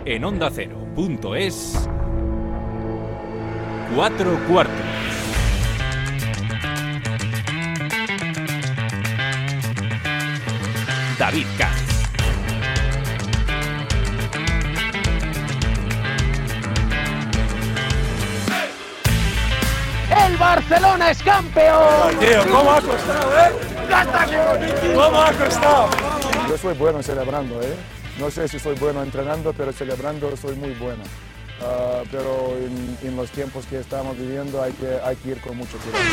En OndaCero.es, 4 cuartos. David Katz. ¡El Barcelona es campeón! Tío, ¿cómo ha costado, ¿Cómo ha costado? Yo soy bueno celebrando, No sé si soy bueno entrenando, pero celebrando soy muy bueno. Pero en los tiempos que estamos viviendo hay que ir con mucho cuidado.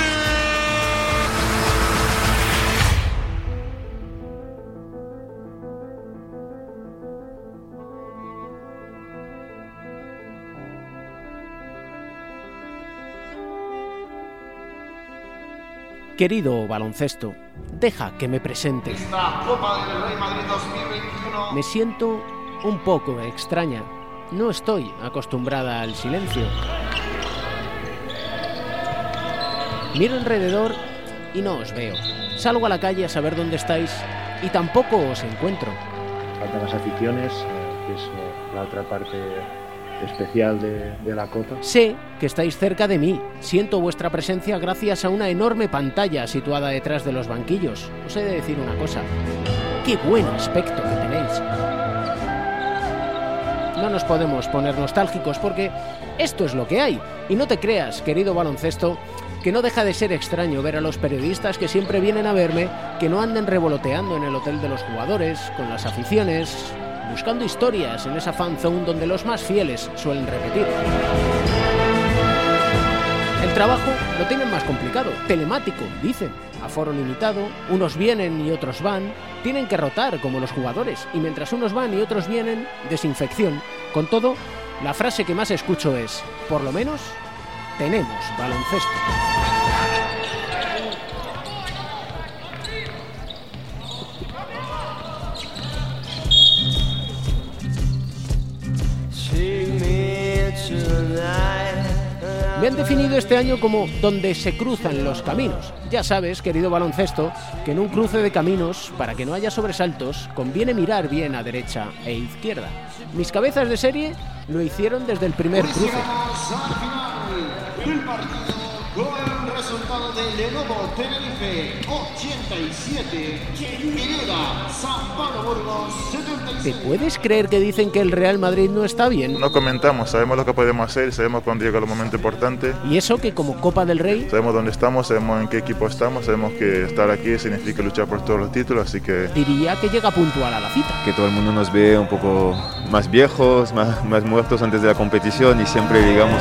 Querido baloncesto, deja que me presente. Esta Copa del Rey Madrid 2021. Me siento un poco extraña. No estoy acostumbrada al silencio. Miro alrededor y no os veo. Salgo a la calle a saber dónde estáis y tampoco os encuentro. Faltan las aficiones, que es la otra parte especial de la Copa. Sé que estáis cerca de mí. Siento vuestra presencia gracias a una enorme pantalla situada detrás de los banquillos. Os he de decir una cosa. ¡Qué buen aspecto que tenéis! No nos podemos poner nostálgicos porque esto es lo que hay. Y no te creas, querido baloncesto, que no deja de ser extraño ver a los periodistas que siempre vienen a verme, que no anden revoloteando en el hotel de los jugadores, con las aficiones, buscando historias en esa fanzone donde los más fieles suelen repetir. El trabajo lo tienen más complicado, telemático, dicen, aforo limitado, unos vienen y otros van, tienen que rotar como los jugadores, y mientras unos van y otros vienen, desinfección. Con todo, la frase que más escucho es, por lo menos, tenemos baloncesto. Me han definido este año como donde se cruzan los caminos. Ya sabes, querido baloncesto, que en un cruce de caminos, para que no haya sobresaltos, conviene mirar bien a derecha e izquierda. Mis cabezas de serie lo hicieron desde el primer cruce. Llegamos al final del partido con el resultado de Lenovo Tenerife 87, Pineda San Pablo Burgos 76. ¿Te puedes creer que dicen que el Real Madrid no está bien? No comentamos, sabemos lo que podemos hacer, sabemos cuándo llega el momento importante. Y eso que como Copa del Rey... Sabemos dónde estamos, sabemos en qué equipo estamos, sabemos que estar aquí significa luchar por todos los títulos, así que... Diría que llega puntual a la cita. Que todo el mundo nos ve un poco más viejos, más muertos antes de la competición y siempre llegamos.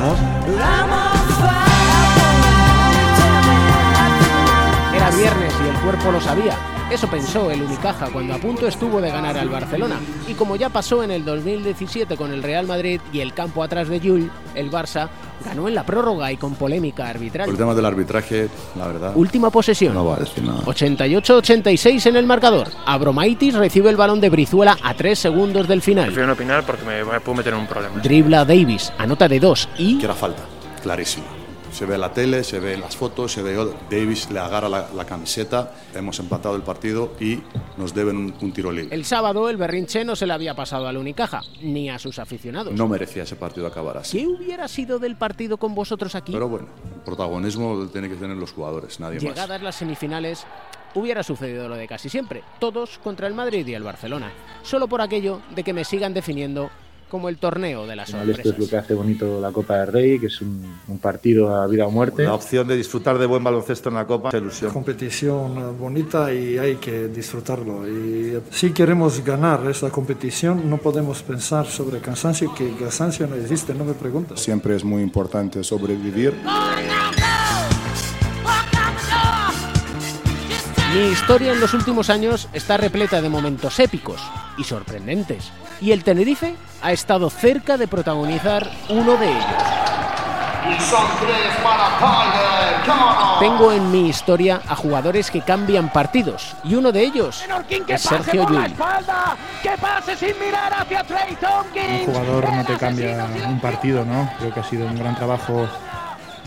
Era viernes y el cuerpo lo sabía. Eso pensó el Unicaja cuando a punto estuvo de ganar al Barcelona. Y como ya pasó en el 2017 con el Real Madrid y el campo atrás de Llull, el Barça ganó en la prórroga y con polémica arbitral. Por el tema del arbitraje, la verdad... Última posesión. No voy a decir nada. 88-86 en el marcador. Abromaitis recibe el balón de Brizuela a 3 segundos del final. Prefiero no opinar porque me puedo meter en un problema. Dribla a Davis, anota de 2 y... Que era falta, clarísimo. Se ve la tele, se ve las fotos, se ve Davis le agarra la camiseta, hemos empatado el partido y nos deben un tiro libre. El sábado el berrinche no se le había pasado al Unicaja, ni a sus aficionados. No merecía ese partido acabar así. ¿Qué hubiera sido del partido con vosotros aquí? Pero bueno, el protagonismo tiene que tener los jugadores, nadie más. Llegadas las semifinales, hubiera sucedido lo de casi siempre, todos contra el Madrid y el Barcelona, solo por aquello de que me sigan definiendo como el torneo de las sorpresas. Esto es lo que hace bonito la Copa del Rey, que es un partido a vida o muerte. La opción de disfrutar de buen baloncesto en la Copa es ilusión. Competición bonita y hay que disfrutarlo. Y si queremos ganar esta competición, no podemos pensar sobre cansancio, que cansancio no existe, no me preguntes. Siempre es muy importante sobrevivir. Mi historia en los últimos años está repleta de momentos épicos y sorprendentes. Y el Tenerife ha estado cerca de protagonizar uno de ellos. Y son 3 para Tiger. ¡Vámonos! Tengo en mi historia a jugadores que cambian partidos. Y uno de ellos es Sergio Llull. ¡Que pase sin mirar hacia Trey Tompkins! Un jugador no te cambia un partido, ¿no? Creo que ha sido un gran trabajo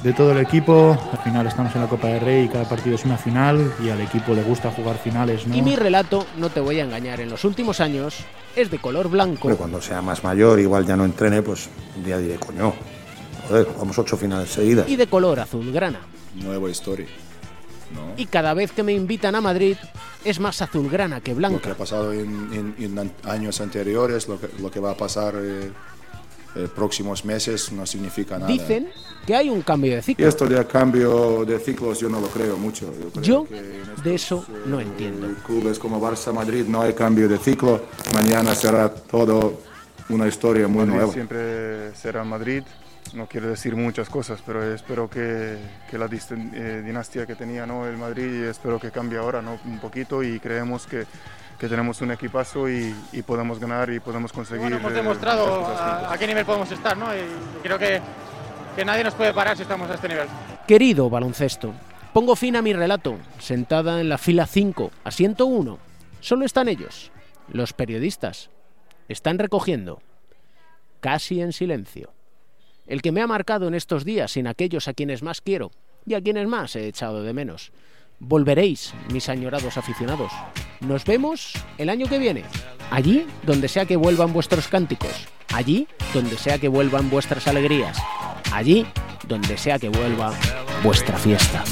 de todo el equipo. Al final estamos en la Copa del Rey y cada partido es una final y al equipo le gusta jugar finales, ¿no? Y mi relato, no te voy a engañar, en los últimos años es de color blanco. Pero cuando sea más mayor, igual ya no entrene, pues un día diré, coño, joder, jugamos 8 finales seguidas. Y de color azulgrana. Nueva historia, ¿no? Y cada vez que me invitan a Madrid es más azulgrana que blanca. Lo que ha pasado en años anteriores, lo que va a pasar próximos meses no significa nada. Dicen que hay un cambio de ciclo. Y esto de cambio de ciclos yo no lo creo mucho. Yo de eso no entiendo. Clubes como Barça, Madrid, no hay cambio de ciclo. Mañana será todo una historia muy Madrid nueva. Siempre será Madrid. No quiero decir muchas cosas, pero espero que la dinastía que tenía, ¿no?, el Madrid, espero que cambie ahora, ¿no?, un poquito, y creemos que tenemos un equipazo y podemos ganar y podemos conseguir. Bueno, hemos demostrado a qué nivel podemos estar, ¿no? Y creo que nadie nos puede parar si estamos a este nivel. Querido baloncesto, pongo fin a mi relato, sentada en la fila 5, asiento 1. Solo están ellos, los periodistas. Están recogiendo, casi en silencio. El que me ha marcado en estos días sin aquellos a quienes más quiero y a quienes más he echado de menos. Volveréis, mis añorados aficionados. Nos vemos el año que viene. Allí donde sea que vuelvan vuestros cánticos. Allí donde sea que vuelvan vuestras alegrías. Allí donde sea que vuelva vuestra fiesta.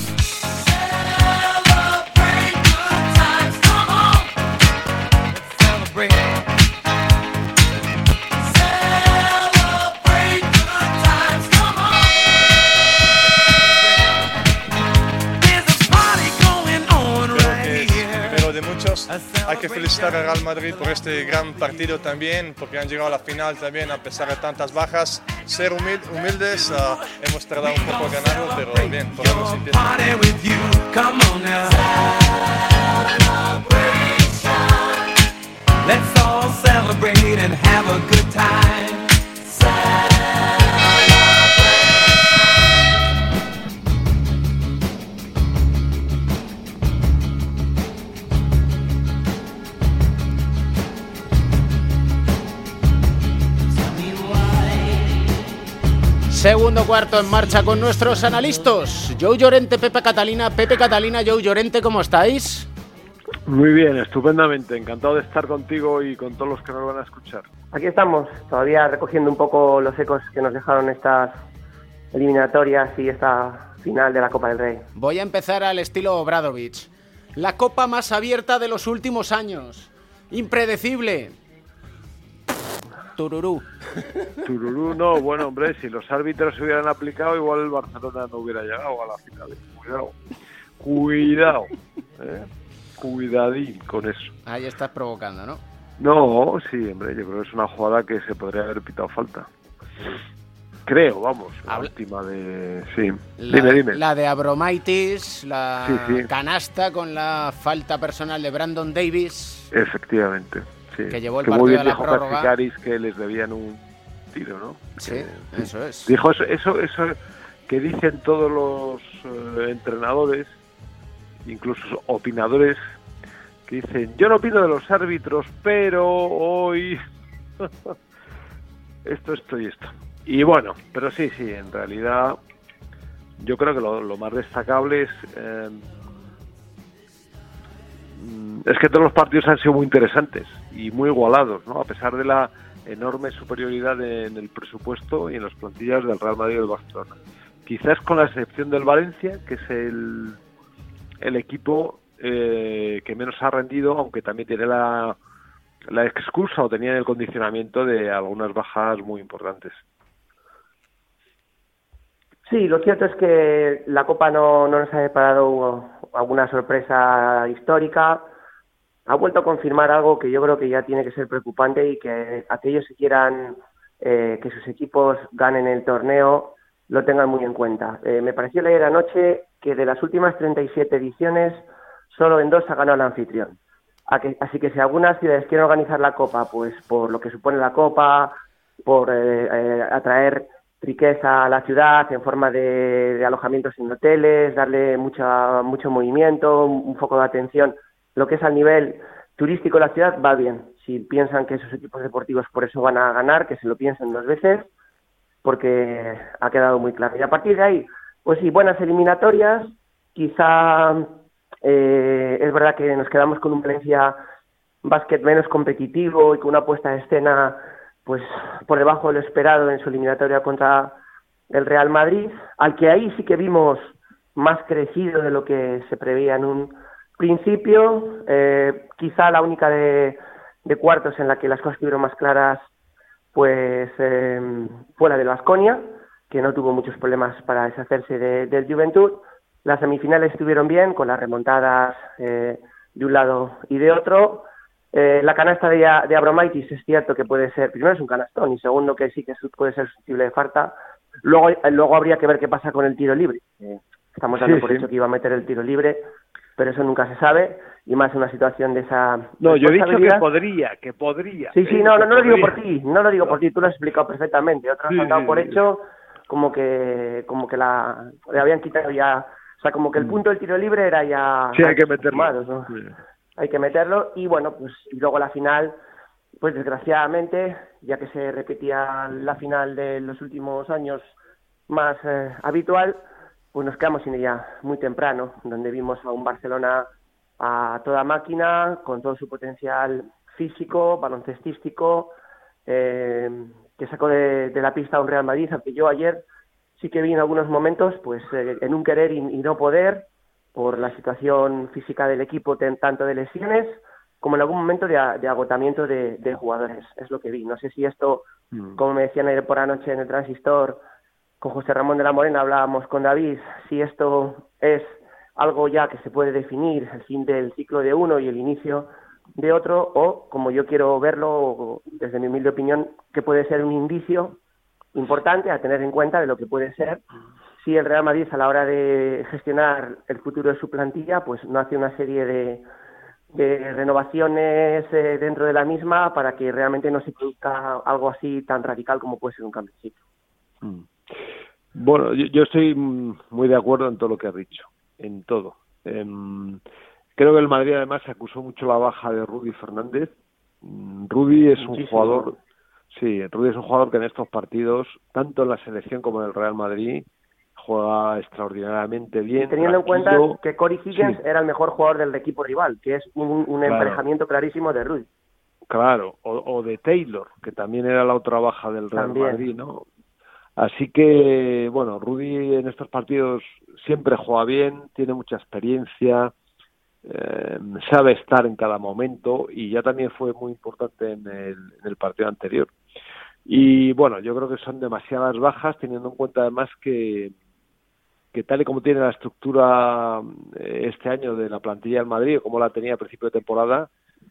Hay que felicitar al Real Madrid por este gran partido también, porque han llegado a la final también a pesar de tantas bajas. Ser humildes, hemos tardado un poco en ganarlo, pero bien, podemos empezar. Let's all celebrate and have a good time. Segundo cuarto en marcha con nuestros analistas. Joe Llorente, Pepe Catalina, Joe Llorente, ¿cómo estáis? Muy bien, estupendamente. Encantado de estar contigo y con todos los que nos van a escuchar. Aquí estamos, todavía recogiendo un poco los ecos que nos dejaron estas eliminatorias y esta final de la Copa del Rey. Voy a empezar al estilo Obradovic. La copa más abierta de los últimos años. Impredecible. Tururú. Tururú no, bueno, hombre, si los árbitros se hubieran aplicado, igual el Barcelona no hubiera llegado a la final. Cuidado, cuidadín con eso. Ahí estás provocando, ¿no? No, sí, hombre, yo creo que es una jugada que se podría haber pitado falta. Creo, vamos, la última de... Sí, dime. La de Abromaitis, sí. Canasta con la falta personal de Brandon Davis. Efectivamente. Sí. Que llevó el que partido muy bien a la dijo prórroga. Cacicaris que les debían un tiro, ¿no? Sí, eso es. Dijo eso que dicen todos los entrenadores, incluso opinadores, que dicen, yo no opino de los árbitros, pero hoy esto y esto. Y bueno, pero sí, en realidad yo creo que lo más destacable es que todos los partidos han sido muy interesantes y muy igualados, ¿no? A pesar de la enorme superioridad en el presupuesto y en las plantillas del Real Madrid y del Barcelona. Quizás con la excepción del Valencia, que es el equipo que menos ha rendido, aunque también tiene la excusa o tenía el condicionamiento de algunas bajas muy importantes. Sí, lo cierto es que la Copa no nos ha deparado alguna sorpresa histórica. Ha vuelto a confirmar algo que yo creo que ya tiene que ser preocupante y que aquellos que quieran que sus equipos ganen el torneo lo tengan muy en cuenta. Me pareció leer anoche que de las últimas 37 ediciones, solo en 2 ha ganado el anfitrión. Así que si algunas ciudades quieren organizar la Copa, pues por lo que supone la Copa, por atraer riqueza a la ciudad en forma de alojamientos en hoteles, darle mucho movimiento, un foco de atención, lo que es al nivel turístico de la ciudad va bien. Si piensan que esos equipos deportivos por eso van a ganar, que se lo piensen 2 veces, porque ha quedado muy claro. Y a partir de ahí, Pues sí, buenas eliminatorias. Quizá es verdad que nos quedamos con un Valencia Basket menos competitivo y con una puesta de escena pues por debajo de lo esperado en su eliminatoria contra el Real Madrid, al que ahí sí que vimos más crecido de lo que se preveía en un principio. Quizá la única de cuartos en la que las cosas estuvieron más claras pues fue la del Baskonia, que no tuvo muchos problemas para deshacerse del Juventud. Las semifinales estuvieron bien, con las remontadas de un lado y de otro. La canasta de Abromaitis es cierto que puede ser, primero es un canastón, y segundo que sí que puede ser susceptible de falta. Luego habría que ver qué pasa con el tiro libre. Estamos dando por hecho que iba a meter el tiro libre, pero eso nunca se sabe, y más en una situación de esa... No, yo he dicho que podría. Sí, no lo digo por ti, tú lo has explicado perfectamente. Otros han dado por hecho como que le habían quitado ya... O sea, como que el punto del tiro libre era ya... Sí, hay que meterlo. ¿no? Sí. Hay que meterlo, y bueno, pues y luego la final, pues desgraciadamente, ya que se repetía la final de los últimos años más habitual, pues nos quedamos sin ella muy temprano, donde vimos a un Barcelona a toda máquina, con todo su potencial físico, baloncestístico, que sacó de la pista a un Real Madrid, aunque yo ayer sí que vi en algunos momentos, pues en un querer y no poder, por la situación física del equipo, tanto de lesiones como en algún momento de agotamiento de jugadores. Es lo que vi. No sé si esto, como me decían ayer por anoche en el Transistor, con José Ramón de la Morena hablábamos con David, si esto es algo ya que se puede definir, el fin del ciclo de uno y el inicio de otro, o, como yo quiero verlo, desde mi humilde opinión, que puede ser un indicio importante a tener en cuenta de lo que puede ser si el Real Madrid, a la hora de gestionar el futuro de su plantilla, pues no hace una serie de renovaciones dentro de la misma para que realmente no se produzca algo así tan radical como puede ser un cambio de ciclo. Bueno, yo estoy muy de acuerdo en todo lo que has dicho, en todo. Creo que el Madrid además se acusó mucho la baja de Rudy Fernández. Rudy es un jugador... Sí, Rudy es un jugador que en estos partidos, tanto en la selección como en el Real Madrid, juega extraordinariamente bien. Teniendo en cuenta que Corey Higgins era el mejor jugador del equipo rival, que es un emparejamiento clarísimo de Rudy. Claro, o de Taylor, que también era la otra baja del Real Madrid, ¿no? Así que, bueno, Rudy en estos partidos siempre juega bien, tiene mucha experiencia, sabe estar en cada momento, y ya también fue muy importante en el partido anterior. Y bueno, yo creo que son demasiadas bajas, teniendo en cuenta además que tal y como tiene la estructura este año de la plantilla del Madrid, como la tenía a principio de temporada,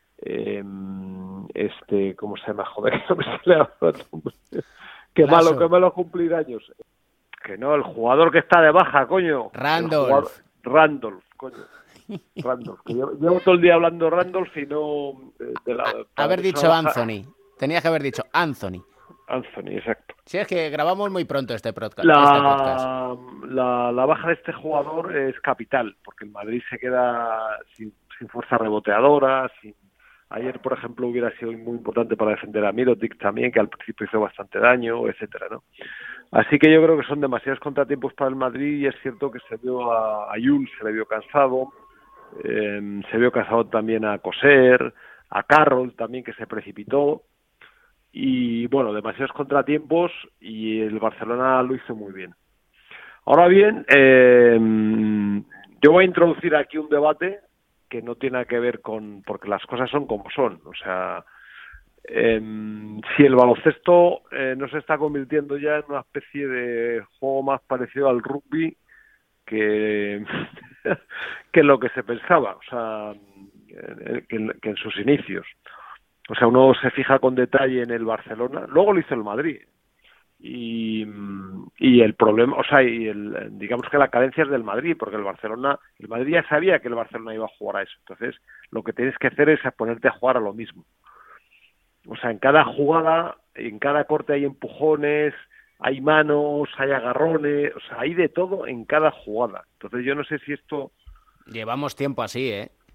¿cómo se llama? Joder, no me sale ahora el nombre. Qué malo cumplir años. Que no, el jugador que está de baja, coño. Randolph, coño. Randolph, que llevo todo el día hablando Randolph y no... haber dicho Anthony. Tenías que haber dicho Anthony. Anthony, exacto. Sí, es que grabamos muy pronto este podcast. La baja de este jugador es capital, porque el Madrid se queda sin fuerza reboteadora. Ayer, por ejemplo, hubiera sido muy importante para defender a Mirotic también, que al principio hizo bastante daño, etcétera, ¿no? Así que yo creo que son demasiados contratiempos para el Madrid, y es cierto que se vio a Yul, se le vio cansado, se vio cansado también a Coser, a Carroll también, que se precipitó. Y bueno, demasiados contratiempos, y el Barcelona lo hizo muy bien. Ahora bien, yo voy a introducir aquí un debate que no tiene que ver porque las cosas son como son. O sea, si el baloncesto no se está convirtiendo ya en una especie de juego más parecido al rugby que lo que se pensaba, o sea, que en sus inicios. O sea, uno se fija con detalle en el Barcelona, luego lo hizo el Madrid, y el problema, o sea, digamos que la carencia es del Madrid, porque el Madrid ya sabía que el Barcelona iba a jugar a eso. Entonces, lo que tienes que hacer es ponerte a jugar a lo mismo. O sea, en cada jugada, en cada corte hay empujones, hay manos, hay agarrones, o sea, hay de todo en cada jugada. Entonces, yo no sé si esto... Llevamos tiempo así, ¿eh?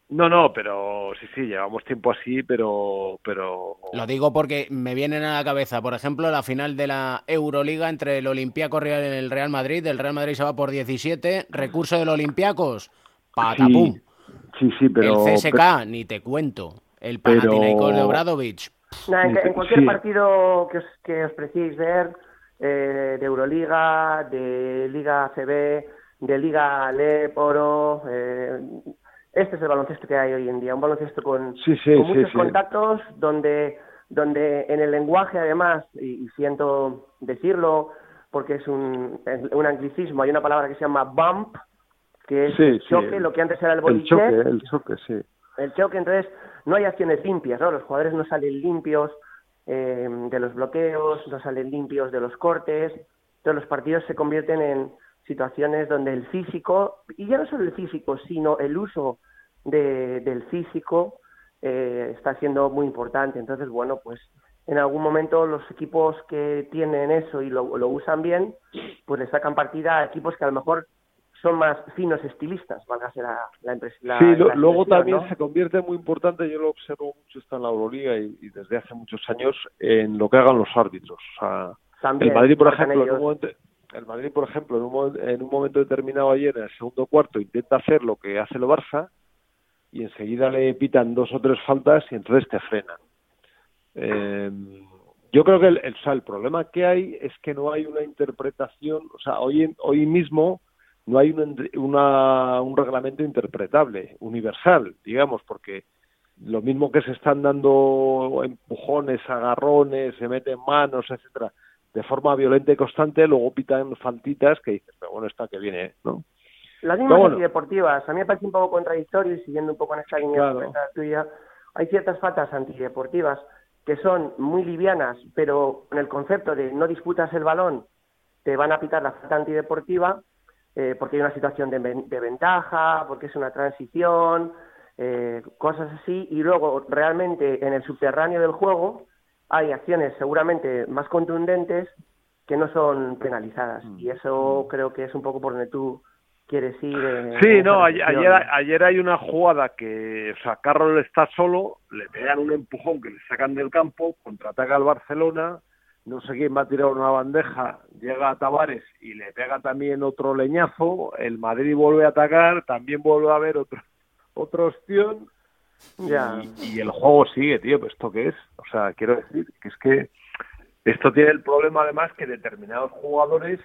No, pero sí, llevamos tiempo así, pero... Lo digo porque me vienen a la cabeza, por ejemplo, la final de la Euroliga entre el Olympiacos y el Real Madrid. El Real Madrid se va por 17, recurso del Olympiacos, patapum. Sí, pero... El CSKA, ni te cuento. El Panathinaikos de Obradović. En cualquier partido que os preciséis ver, de Euroliga, de Liga ACB, de Liga Alep, Oro... Este es el baloncesto que hay hoy en día, un baloncesto con muchos contactos, donde en el lenguaje, además, y siento decirlo porque es un anglicismo, hay una palabra que se llama bump, que es choque, lo que antes era el boliche. El choque, sí. El choque, entonces, no hay acciones limpias, ¿no? Los jugadores no salen limpios de los bloqueos, no salen limpios de los cortes, entonces los partidos se convierten en situaciones donde el físico, y ya no solo el físico, sino el uso del físico está siendo muy importante. Entonces, bueno, pues en algún momento los equipos que tienen eso y lo usan pues le sacan partida a equipos que a lo mejor son más finos estilistas, válgase la impresión. Luego también, ¿no? Se convierte muy importante, yo lo observo mucho, está en la Euroliga y desde hace muchos años, en lo que hagan los árbitros. O sea, también, el Madrid, por ejemplo, en un momento determinado ayer, en el segundo cuarto, intenta hacer lo que hace el Barça y enseguida le pitan 2 o 3 faltas y entonces te frenan. Yo creo que el problema que hay es que no hay una interpretación, o sea, hoy mismo no hay un reglamento interpretable, universal, digamos, porque lo mismo que se están dando empujones, agarrones, se meten manos, etcétera, de forma violenta y constante, luego pitan faltitas que dices, pero bueno, esta que viene, ¿no? Las mismas antideportivas, a mí me parece un poco contradictorio, y siguiendo un poco en esta línea tuya, hay ciertas faltas antideportivas que son muy livianas, pero con el concepto de no disputas el balón, te van a pitar la falta antideportiva, porque hay una situación de ventaja, porque es una transición, cosas así, y luego realmente en el subterráneo del juego hay acciones seguramente más contundentes que no son penalizadas, y eso creo que es un poco por donde tú quieres ir. Ayer hay una jugada que, o sea, Carroll está solo, le pegan un empujón que le sacan del campo, contraataca al Barcelona, no sé quién va a tirar una bandeja, llega a Tavares y le pega también otro leñazo, el Madrid vuelve a atacar, también vuelve a haber otro ostión, y el juego sigue, tío, ¿pero esto qué es? O sea, quiero decir que es que esto tiene el problema además que determinados jugadores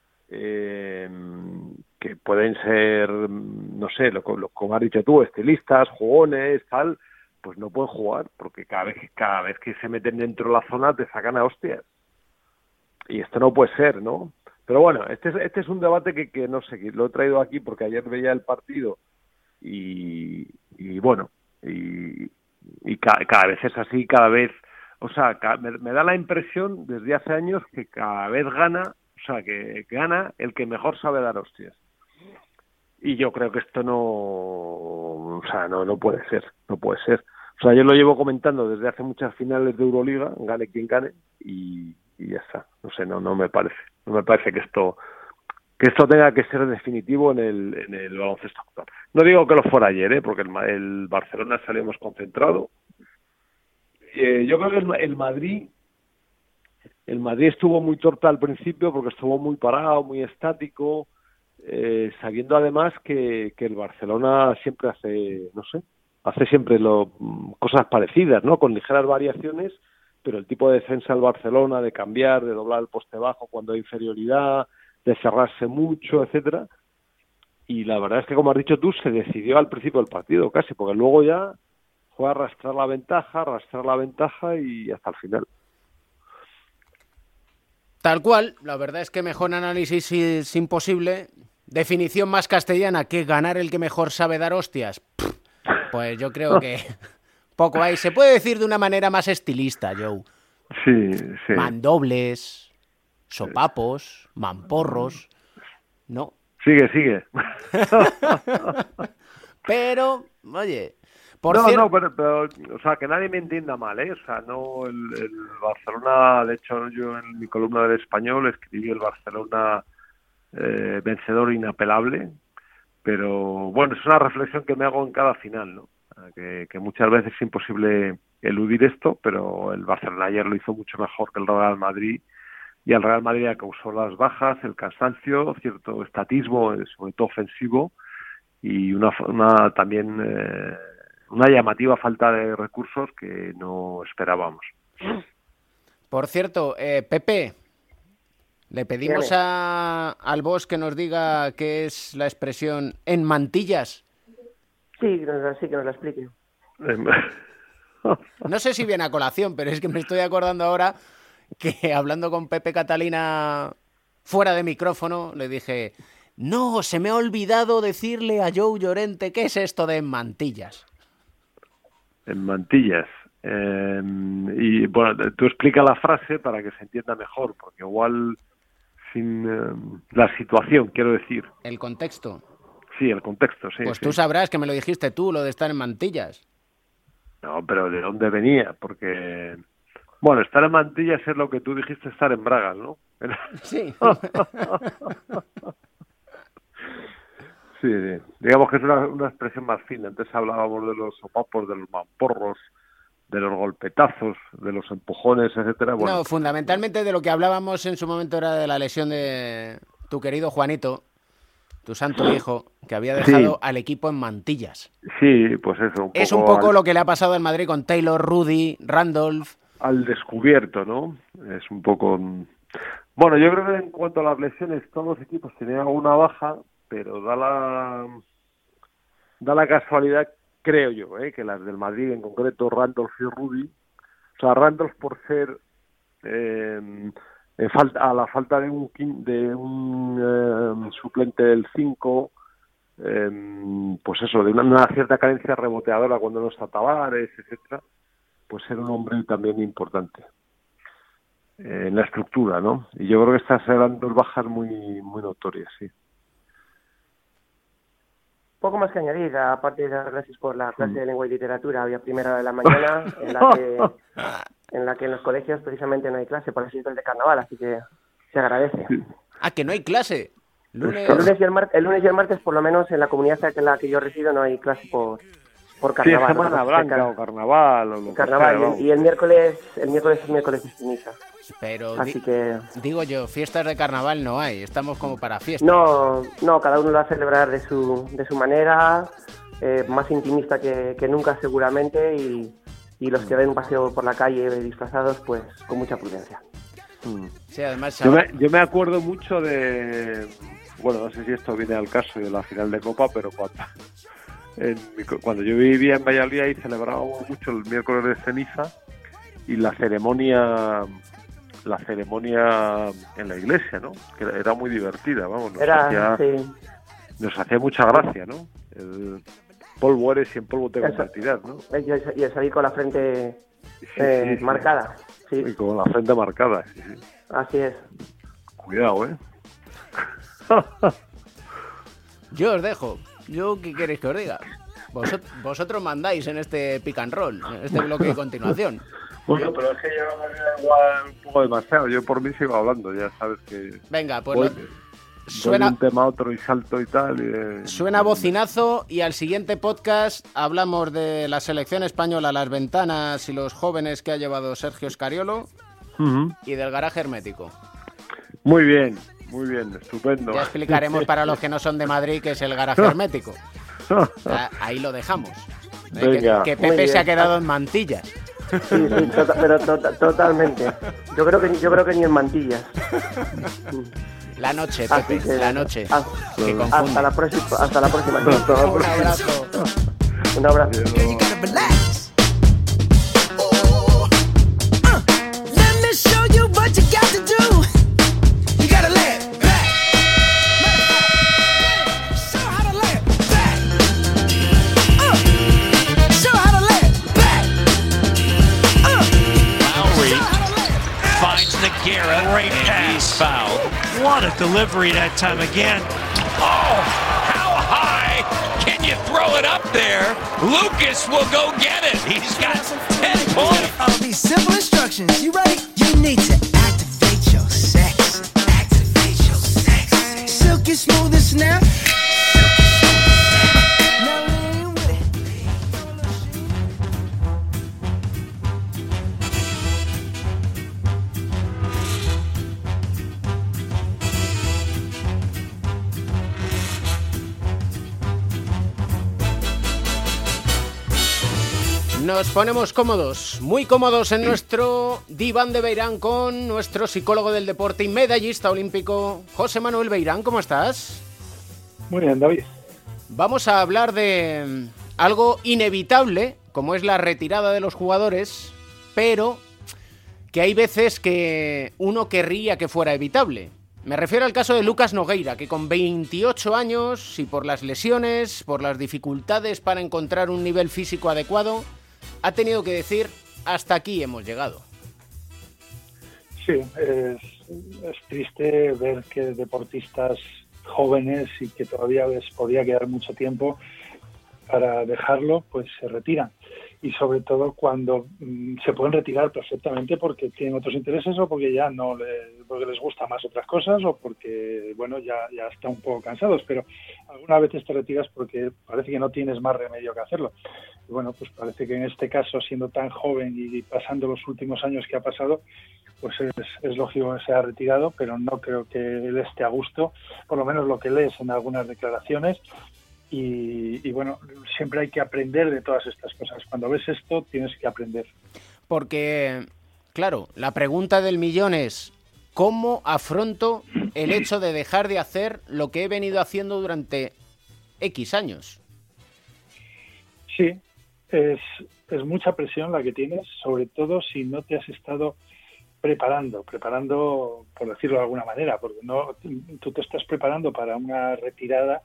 que pueden ser, no sé, como has dicho tú, estilistas, jugones, tal, pues no pueden jugar, porque cada vez que se meten dentro de la zona te sacan a hostias. Y esto no puede ser, ¿no? Pero bueno, este es un debate que no sé, que lo he traído aquí porque ayer veía el partido y bueno, y cada vez es así, cada vez, o sea, me da la impresión desde hace años que cada vez gana, o sea, que gana el que mejor sabe dar hostias. Y yo creo que esto no puede ser, no puede ser. O sea, yo lo llevo comentando desde hace muchas finales de Euroliga, gane quien gane, y ya está. No sé, no me parece. No me parece que esto tenga que ser definitivo en el baloncesto actual. No digo que lo fuera ayer, porque el Barcelona salió más concentrado. Yo creo que el Madrid estuvo muy torpe al principio porque estuvo muy parado, muy estático, sabiendo además que el Barcelona siempre hace siempre cosas parecidas, ¿no? Con ligeras variaciones, pero el tipo de defensa del Barcelona, de cambiar, de doblar el poste bajo cuando hay inferioridad, de cerrarse mucho, etcétera. Y la verdad es que, como has dicho tú, se decidió al principio del partido casi, porque luego ya fue a arrastrar la ventaja y hasta el final. Tal cual, la verdad es que mejor análisis es imposible. Definición más castellana que ganar el que mejor sabe dar hostias. Pues yo creo que poco hay. Se puede decir de una manera más estilista, Joe. Sí. Mandobles, sopapos, mamporros, ¿no? Sigue. Pero, oye... pero, o sea, que nadie me entienda mal, ¿eh? O sea, no, el Barcelona, de hecho, yo en mi columna del Español escribí el Barcelona vencedor inapelable, Pero bueno, es una reflexión que me hago en cada final, ¿no? Que muchas veces es imposible eludir esto, pero el Barcelona ayer lo hizo mucho mejor que el Real Madrid, y el Real Madrid causó las bajas, el cansancio, cierto estatismo, sobre todo ofensivo, y también una llamativa falta de recursos que no esperábamos. Por cierto, Pepe, le pedimos al boss que nos diga qué es la expresión en mantillas. Sí, que nos la explique. No sé si viene a colación, pero es que me estoy acordando ahora que hablando con Pepe Catalina fuera de micrófono, le dije, no, se me ha olvidado decirle a Joe Llorente qué es esto de en mantillas. En mantillas. Y bueno, tú explica la frase para que se entienda mejor, porque igual sin la situación, quiero decir. El contexto. Sí, el contexto, sí. Pues sí. Tú sabrás que me lo dijiste tú, lo de estar en mantillas. No, pero ¿de dónde venía? Porque, bueno, estar en mantillas es lo que tú dijiste estar en bragas, ¿no? Sí. Sí, digamos que es una expresión más fina. Antes hablábamos de los sopapos, de los mamporros, de los golpetazos, de los empujones, etcétera. Bueno, no, fundamentalmente de lo que hablábamos en su momento era de la lesión de tu querido Juanito, tu santo hijo, que había dejado al equipo en mantillas. Sí, pues eso. Es un poco lo que le ha pasado al Madrid con Taylor, Rudy, Randolph. Al descubierto, ¿no? Es un poco... Bueno, yo creo que en cuanto a las lesiones, todos los equipos tenían alguna baja, pero da la casualidad, creo yo, que las del Madrid, en concreto Randolph y Rudy, o sea, Randolph por ser a la falta de un suplente del 5, pues eso, de una cierta carencia reboteadora cuando no está Tavares, etcétera, pues era un hombre también importante en la estructura, ¿no? Y yo creo que estas eran dos bajas muy notorias, sí. Poco más que añadir, aparte de dar gracias por la clase de lengua y literatura, había primera hora de la mañana, en la que en los colegios precisamente no hay clase por las fiestas de carnaval, así que se agradece. Ah, que no hay clase. El lunes y el martes, por lo menos en la comunidad en la que yo resido, no hay clase por carnaval. Sí, Semana Blanca o carnaval. O lo carnaval, que sea, y el miércoles es misa. Pero así que digo yo, fiestas de carnaval no hay, estamos como para fiestas. No, cada uno lo va a celebrar de su manera, más intimista que nunca seguramente, y los que ven un paseo por la calle disfrazados, pues con mucha prudencia. Sí, además yo me acuerdo mucho de, bueno, no sé si esto viene al caso de la final de Copa, pero cuando yo vivía en Valladolid ahí celebrábamos mucho el miércoles de ceniza y la ceremonia en la iglesia, ¿no? Que era muy divertida, vamos. Nos hacía mucha gracia, ¿no? El polvo eres y en polvo te convertirás, ¿no? Y el salir con la frente marcada. Sí. Y con la frente marcada, sí. Así es. Cuidado, ¿eh? Yo os dejo. ¿Yo qué queréis que os diga? Vosotros mandáis en este pick and roll, en este bloque de continuación. Bueno, pero es que yo me igual un poco demasiado. Yo por mí sigo hablando, ya sabes que... Venga, pues suena de un tema a otro y salto y tal. Suena bocinazo, y al siguiente podcast hablamos de la selección española, las ventanas y los jóvenes que ha llevado Sergio Scariolo y del garaje hermético. Muy bien, estupendo. Ya explicaremos para los que no son de Madrid qué es el garaje hermético. Ahí lo dejamos. Que Pepe se ha quedado en mantillas. Sí, pero totalmente. Yo creo que ni en mantillas. La noche, Pepe, la noche. Hasta la próxima. Un abrazo. Un abrazo. Great pass. Fouled. What a delivery that time again. Oh, how high can you throw it up there? Lucas will go get it. He's got 10 points. All these simple instructions. You ready? You need to activate your sex. Activate your sex. Silky smooth as snap. Nos ponemos cómodos, muy cómodos en nuestro diván de Beirán con nuestro psicólogo del deporte y medallista olímpico, José Manuel Beirán. ¿Cómo estás? Muy bien, David. Vamos a hablar de algo inevitable, como es la retirada de los jugadores, pero que hay veces que uno querría que fuera evitable. Me refiero al caso de Lucas Nogueira, que con 28 años y por las lesiones, por las dificultades para encontrar un nivel físico adecuado, ha tenido que decir, hasta aquí hemos llegado. Sí, es triste ver que deportistas jóvenes y que todavía les podía quedar mucho tiempo para dejarlo, pues se retiran. Y sobre todo cuando se pueden retirar perfectamente porque tienen otros intereses o porque ya porque les gusta más otras cosas o porque, bueno, ya están un poco cansados, pero algunas veces te retiras porque parece que no tienes más remedio que hacerlo. Y bueno, pues parece que en este caso, siendo tan joven y pasando los últimos años que ha pasado, pues es lógico que se ha retirado, pero no creo que él esté a gusto, por lo menos lo que lees en algunas declaraciones. Y bueno, siempre hay que aprender de todas estas cosas. Cuando ves esto, tienes que aprender. Porque, claro, la pregunta del millón es, ¿cómo afronto el hecho de dejar de hacer lo que he venido haciendo durante X años? Sí, es mucha presión la que tienes, sobre todo si no te has estado preparando, por decirlo de alguna manera, porque tú te estás preparando para una retirada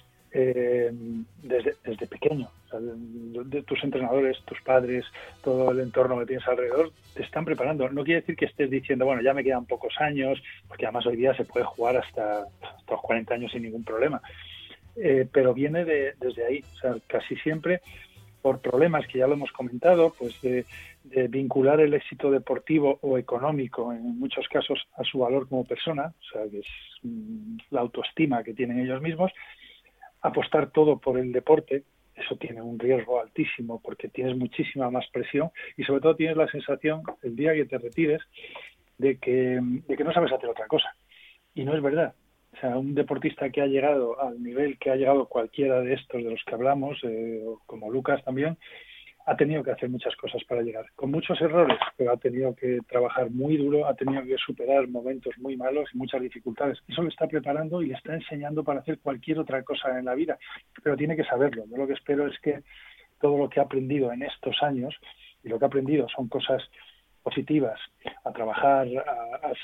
desde pequeño. O sea, de tus entrenadores, tus padres, todo el entorno que tienes alrededor te están preparando. No quiere decir que estés diciendo, bueno, ya me quedan pocos años, porque además hoy día se puede jugar hasta los 40 años sin ningún problema, pero viene desde ahí. O sea, casi siempre por problemas que ya lo hemos comentado, pues de vincular el éxito deportivo o económico en muchos casos a su valor como persona, o sea, que es la autoestima que tienen ellos mismos. Apostar todo por el deporte, eso tiene un riesgo altísimo porque tienes muchísima más presión y sobre todo tienes la sensación, el día que te retires, de que no sabes hacer otra cosa. Y no es verdad. O sea, un deportista que ha llegado al nivel que ha llegado cualquiera de estos de los que hablamos, como Lucas también, ha tenido que hacer muchas cosas para llegar, con muchos errores, pero ha tenido que trabajar muy duro, ha tenido que superar momentos muy malos y muchas dificultades. Eso le está preparando y le está enseñando para hacer cualquier otra cosa en la vida, pero tiene que saberlo. Yo lo que espero es que todo lo que ha aprendido en estos años, y lo que ha aprendido son cosas positivas, a trabajar, a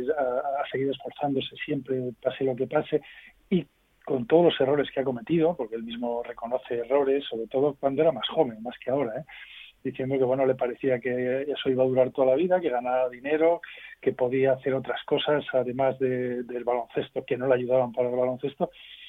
seguir esforzándose siempre, pase lo que pase, y con todos los errores que ha cometido, porque él mismo reconoce errores, sobre todo cuando era más joven, más que ahora, diciendo que bueno, le parecía que eso iba a durar toda la vida, que ganaba dinero, que podía hacer otras cosas, además del baloncesto, que no le ayudaban para el baloncesto.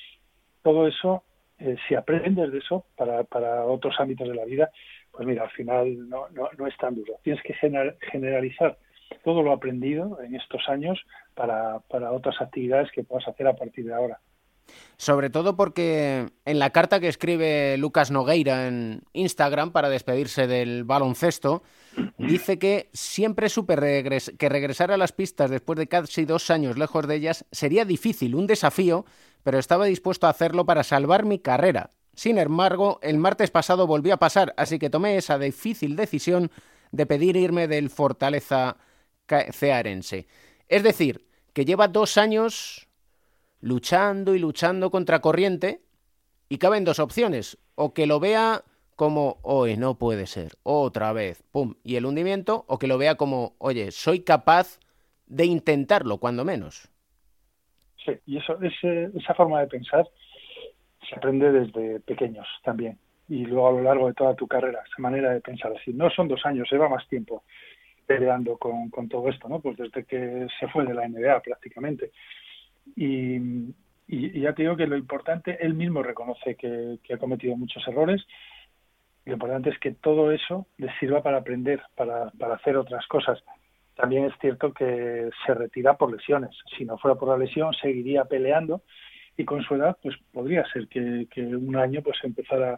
Todo eso, si aprendes de eso para otros ámbitos de la vida, pues mira, al final no es tan duro. Tienes que generalizar todo lo aprendido en estos años para otras actividades que puedas hacer a partir de ahora. Sobre todo porque en la carta que escribe Lucas Nogueira en Instagram para despedirse del baloncesto, dice que siempre supe que regresar a las pistas después de casi 2 años lejos de ellas sería difícil, un desafío, pero estaba dispuesto a hacerlo para salvar mi carrera. Sin embargo, el martes pasado volvió a pasar, así que tomé esa difícil decisión de pedir irme del Fortaleza cearense. Es decir, que lleva 2 años luchando y luchando contra corriente y caben 2 opciones, o que lo vea como, oye, no puede ser, otra vez, pum, y el hundimiento, o que lo vea como, oye, soy capaz de intentarlo, cuando menos. Sí, y esa forma de pensar se aprende desde pequeños también, y luego a lo largo de toda tu carrera, esa manera de pensar así. No son 2 años, lleva más tiempo peleando con todo esto, ¿no? Pues desde que se fue de la NBA prácticamente. Y ya te digo que lo importante, él mismo reconoce que ha cometido muchos errores. Lo importante es que todo eso le sirva para aprender, para hacer otras cosas. También es cierto que se retira por lesiones. Si no fuera por la lesión, seguiría peleando y con su edad pues podría ser que un año pues empezara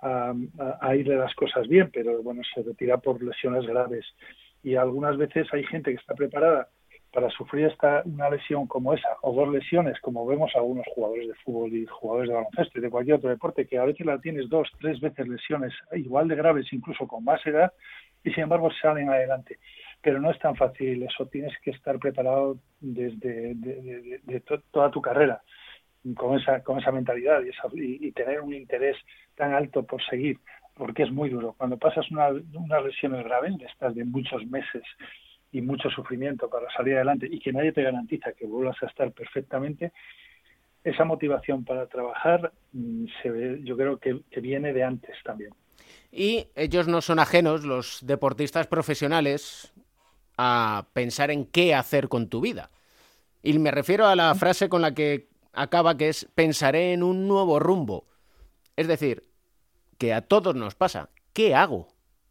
a irle las cosas bien, pero bueno, se retira por lesiones graves. Y algunas veces hay gente que está preparada para sufrir una lesión como esa, o 2 lesiones, como vemos algunos jugadores de fútbol y jugadores de baloncesto y de cualquier otro deporte, que a veces la tienes 2, 3 veces lesiones igual de graves, incluso con más edad, y sin embargo salen adelante. Pero no es tan fácil eso, tienes que estar preparado desde toda tu carrera con esa mentalidad y tener un interés tan alto por seguir, porque es muy duro. Cuando pasas una lesión grave, de estas de muchos meses y mucho sufrimiento para salir adelante y que nadie te garantiza que vuelvas a estar perfectamente, esa motivación para trabajar yo creo que viene de antes también. Y ellos no son ajenos, los deportistas profesionales, a pensar en qué hacer con tu vida. Y me refiero a la frase con la que acaba, que es pensaré en un nuevo rumbo. Es decir, que a todos nos pasa. ¿Qué hago?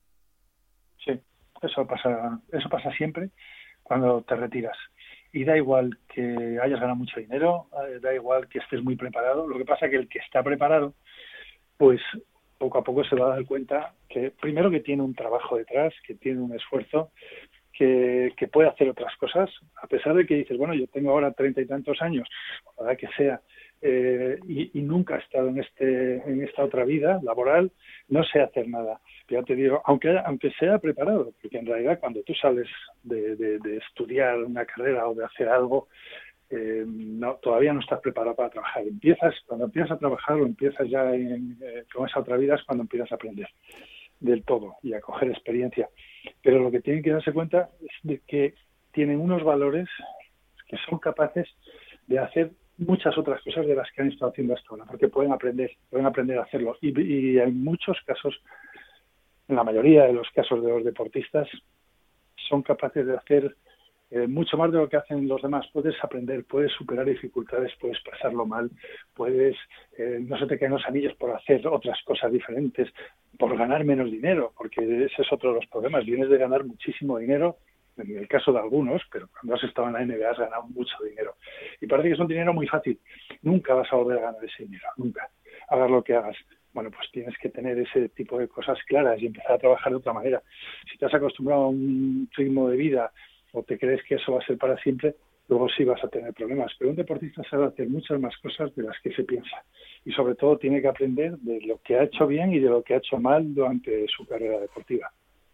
Sí, eso pasa siempre cuando te retiras. Y da igual que hayas ganado mucho dinero, da igual que estés muy preparado. Lo que pasa es que el que está preparado, pues poco a poco se va a dar cuenta que primero que tiene un trabajo detrás, que tiene un esfuerzo, que puede hacer otras cosas, a pesar de que dices, bueno, yo tengo ahora 30 y tantos años, la verdad que sea, y nunca he estado en esta otra vida laboral, no sé hacer nada. Ya te digo, aunque sea preparado, porque en realidad cuando tú sales de estudiar una carrera o de hacer algo, todavía no estás preparado para trabajar. Cuando empiezas a trabajar o empiezas ya con esa otra vida es cuando empiezas a aprender del todo y a coger experiencia. Pero lo que tienen que darse cuenta es de que tienen unos valores que son capaces de hacer muchas otras cosas de las que han estado haciendo hasta ahora, porque pueden aprender a hacerlo. Y en muchos casos, en la mayoría de los casos de los deportistas, son capaces de hacer mucho más de lo que hacen los demás. Puedes aprender, puedes superar dificultades, puedes pasarlo mal, no se te caen los anillos por hacer otras cosas diferentes, por ganar menos dinero, porque ese es otro de los problemas. Vienes de ganar muchísimo dinero, en el caso de algunos, pero cuando has estado en la NBA has ganado mucho dinero. Y parece que es un dinero muy fácil. Nunca vas a volver a ganar ese dinero, nunca. Hagas lo que hagas. Bueno, pues tienes que tener ese tipo de cosas claras y empezar a trabajar de otra manera. Si te has acostumbrado a un ritmo de vida o te crees que eso va a ser para siempre, luego sí vas a tener problemas. Pero un deportista sabe hacer muchas más cosas de las que se piensa. Y sobre todo tiene que aprender de lo que ha hecho bien y de lo que ha hecho mal durante su carrera deportiva.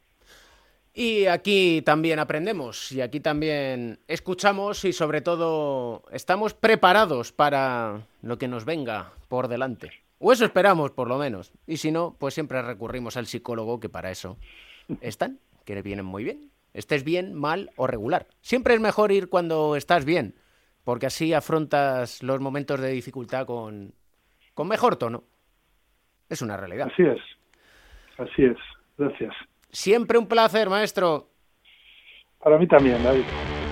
Y aquí también aprendemos, y aquí también escuchamos y sobre todo estamos preparados para lo que nos venga por delante. O eso esperamos, por lo menos. Y si no, pues siempre recurrimos al psicólogo, que para eso están, que vienen muy bien. Estés bien, mal o regular. Siempre es mejor ir cuando estás bien, porque así afrontas los momentos de dificultad con mejor tono. Es una realidad. Así es. Gracias. Siempre un placer, maestro. Para mí también, David.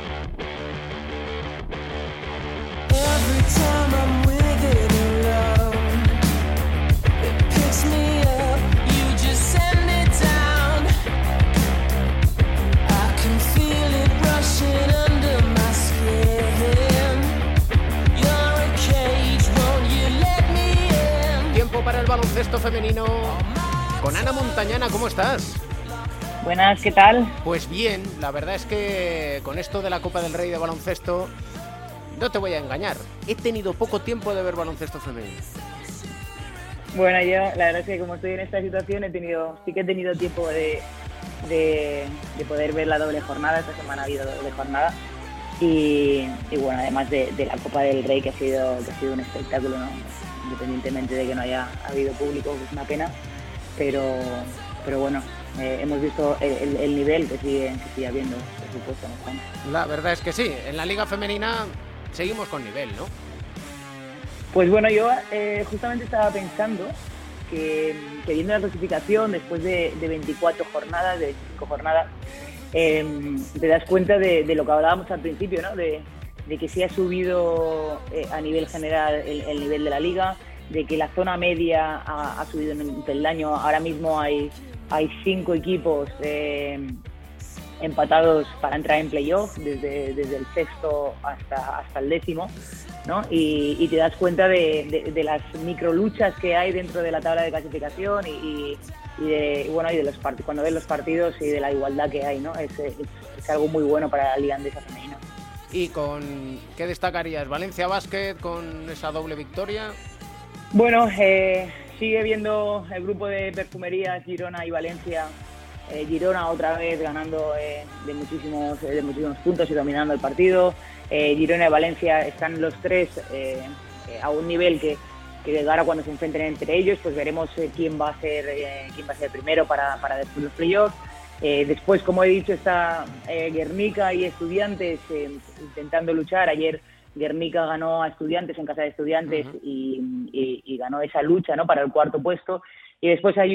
Tiempo para el baloncesto femenino. Con Ana Montañana, ¿cómo estás? Buenas, ¿qué tal? Pues bien, la verdad es que con esto de la Copa del Rey de baloncesto, no te voy a engañar, he tenido poco tiempo de ver baloncesto femenino. Bueno, yo la verdad es que como estoy en esta situación sí que he tenido tiempo de poder ver la doble jornada. Esta semana ha habido doble jornada y bueno, además de la Copa del Rey que ha sido un espectáculo, ¿no? Independientemente de que no haya habido público, que es una pena, pero bueno, hemos visto el nivel que sigue habiendo, por supuesto, en España. La verdad es que sí, en la Liga Femenina seguimos con nivel, ¿no? Pues bueno, yo justamente estaba pensando que viendo la clasificación después de 24 jornadas, de 25 jornadas, te das cuenta de lo que hablábamos al principio, ¿no? De que sí ha subido a nivel general el nivel de la Liga, de que la zona media ha subido en un peldaño. Ahora mismo hay 5 equipos empatados para entrar en playoff, desde el sexto hasta el 10º, ¿no? Y te das cuenta de las microluchas que hay dentro de la tabla de clasificación y de los partidos, cuando ves los partidos y de la igualdad que hay, ¿no? Es algo muy bueno para la Liga Andesa Femenina. ¿Y con qué destacarías? ¿Valencia Basket con esa doble victoria? Bueno, sigue viendo el grupo de perfumerías Girona y Valencia. Girona otra vez ganando de muchísimos puntos y dominando el partido. Girona y Valencia están los tres a un nivel que ahora cuando se enfrenten entre ellos, pues veremos quién va a ser primero para después los playoffs. Después, como he dicho, está Guernica y Estudiantes intentando luchar. Ayer Guernica ganó a Estudiantes en casa de Estudiantes y ganó esa lucha, ¿no?, para el cuarto puesto. Y después hay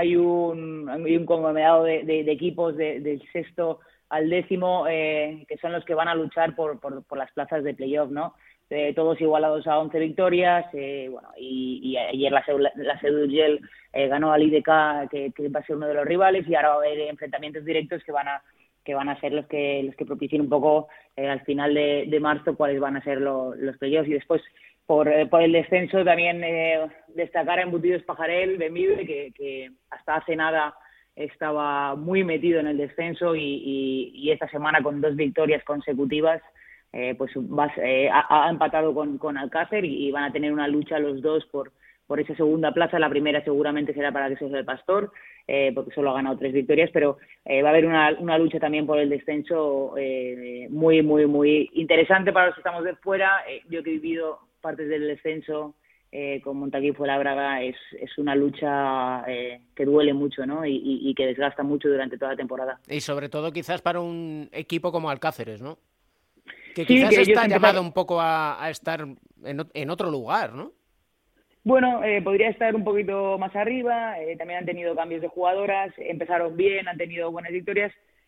un conglomerado de equipos del sexto al décimo que son los que van a luchar por las plazas de playoff, ¿no? Todos igualados a 11 victorias, y ayer la Sedurgel ganó al IDK, que va a ser uno de los rivales, y ahora va a haber enfrentamientos directos que van a ser los que propicien un poco al final de marzo cuáles van a ser los playoffs. Y después por el descenso también destacar a Embutidos Pajarel de Mibre, que hasta hace nada estaba muy metido en el descenso y esta semana con 2 victorias consecutivas pues ha empatado con Alcácer y van a tener una lucha los dos por esa segunda plaza. La primera seguramente será para Quesos del Pastor, porque solo ha ganado 3 victorias, pero va a haber una lucha también por el descenso muy, muy, muy interesante para los que estamos de fuera. Yo que he vivido partes del descenso con Montaquí Fuenlabrada, es una lucha que duele mucho, ¿no? Y que desgasta mucho durante toda la temporada. Y sobre todo quizás para un equipo como Alcáceres, ¿no? Que Sí, quizás que está ellos llamado un poco a estar en otro lugar, ¿no? Bueno, podría estar un poquito más arriba. También han tenido cambios de jugadoras, empezaron bien, han tenido buenas victorias,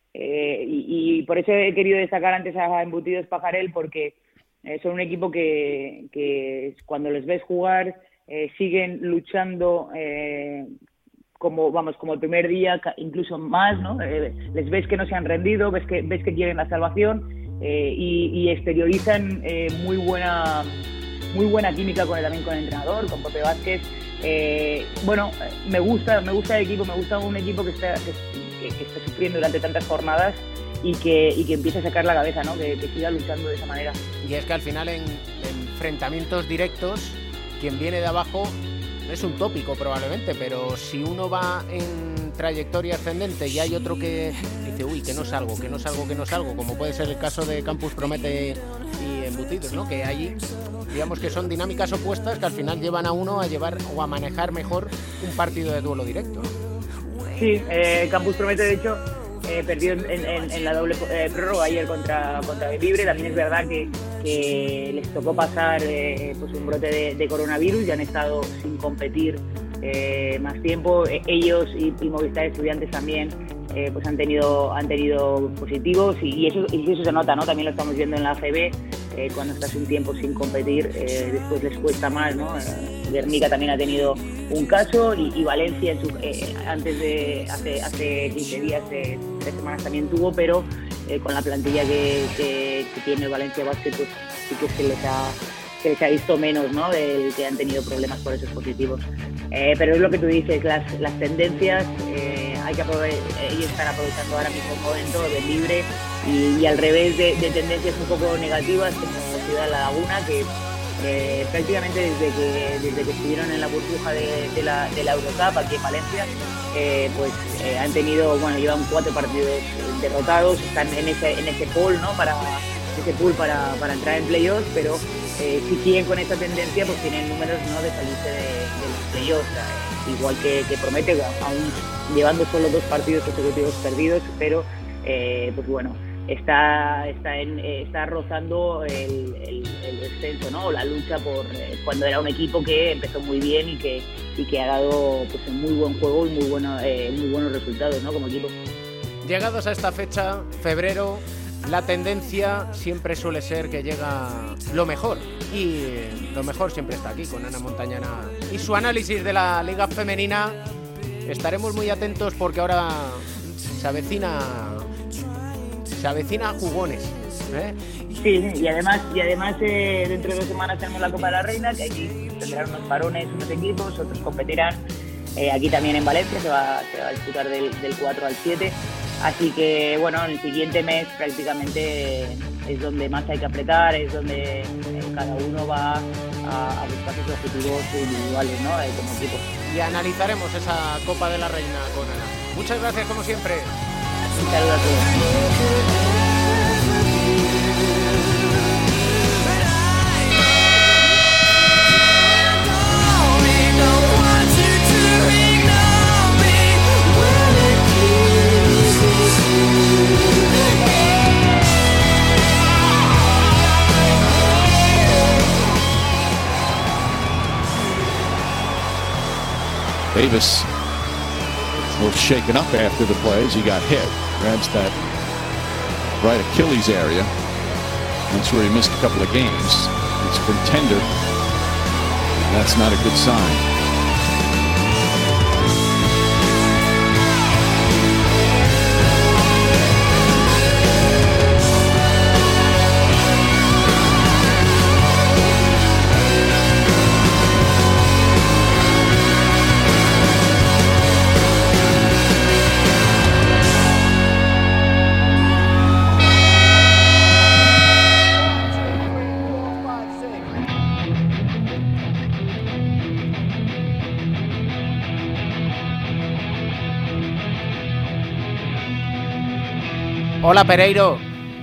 y por eso he querido destacar antes a Embutidos Pajarel, porque son un equipo que cuando les ves jugar siguen luchando como el primer día, incluso más, ¿no? Les ves que no se han rendido, ves que quieren la salvación, y exteriorizan muy buena química también con el entrenador, con Pepe Vázquez. Me gusta el equipo, me gusta un equipo que está sufriendo durante tantas jornadas y que empiece a sacar la cabeza, ¿no? Que siga luchando de esa manera. Y es que al final en enfrentamientos directos, quien viene de abajo es un tópico probablemente, pero si uno va en trayectoria ascendente y hay otro que dice, uy, que no salgo, como puede ser el caso de Campus Promete y Embutidos, ¿no? Que ahí, digamos que son dinámicas opuestas que al final llevan a uno a llevar o a manejar mejor un partido de duelo directo, ¿no? Sí, Campus Promete, de hecho, perdió en la doble prórroga ayer contra Libre. También es verdad que les tocó pasar pues un brote de coronavirus y han estado sin competir más tiempo. Ellos y Movistar Estudiantes también pues han tenido positivos, y eso se nota, ¿no? También lo estamos viendo en la ACB. Cuando estás un tiempo sin competir, después les cuesta más, ¿no? Guernica también ha tenido un caso, y Valencia hace 15 días, 3 semanas también tuvo, pero con la plantilla que tiene el Valencia Basket, pues sí que se les ha visto menos, ¿no? Del que han tenido problemas por esos positivos. Pero es lo que tú dices, las tendencias, ellos están aprovechando ahora mismo un momento de Libre, y al revés de tendencias un poco negativas como Ciudad de la Laguna, que prácticamente desde que estuvieron en la burbuja de la Eurocup aquí en Valencia, han tenido, llevan 4 partidos derrotados, están en ese pool, ¿no? para entrar en playoffs, pero si siguen con esa tendencia, pues tienen números, ¿no?, de salirse de los playoffs, igual que Promete, aún llevando solo 2 partidos consecutivos perdidos, pero pues bueno, está rozando el descenso, ¿no? La lucha por cuando era un equipo que empezó muy bien y que ha dado pues un muy buen juego y muy buenos resultados, ¿no?, como equipo. Llegados a esta fecha, febrero, la tendencia siempre suele ser que llega lo mejor, y lo mejor siempre está aquí con Ana Montañana y su análisis de la Liga Femenina. Estaremos muy atentos porque ahora se avecina jugones, ¿eh? Sí, y además dentro de 2 semanas tenemos la Copa de la Reina, que aquí tendrán unos parones, unos equipos, otros competirán. Aquí también en Valencia se va a disputar del 4 al 7. Así que, bueno, el siguiente mes prácticamente es donde más hay que apretar, es donde cada uno va a buscar sus objetivos individuales, ¿no? Como equipo. Y analizaremos esa Copa de la Reina con Ana. Muchas gracias, como siempre. Un saludo a todos. Davis a little shaken up after the plays. He got hit, grabs that right Achilles area. That's where he missed a couple of games. It's been tender. That's not a good sign. Hola, Pereiro.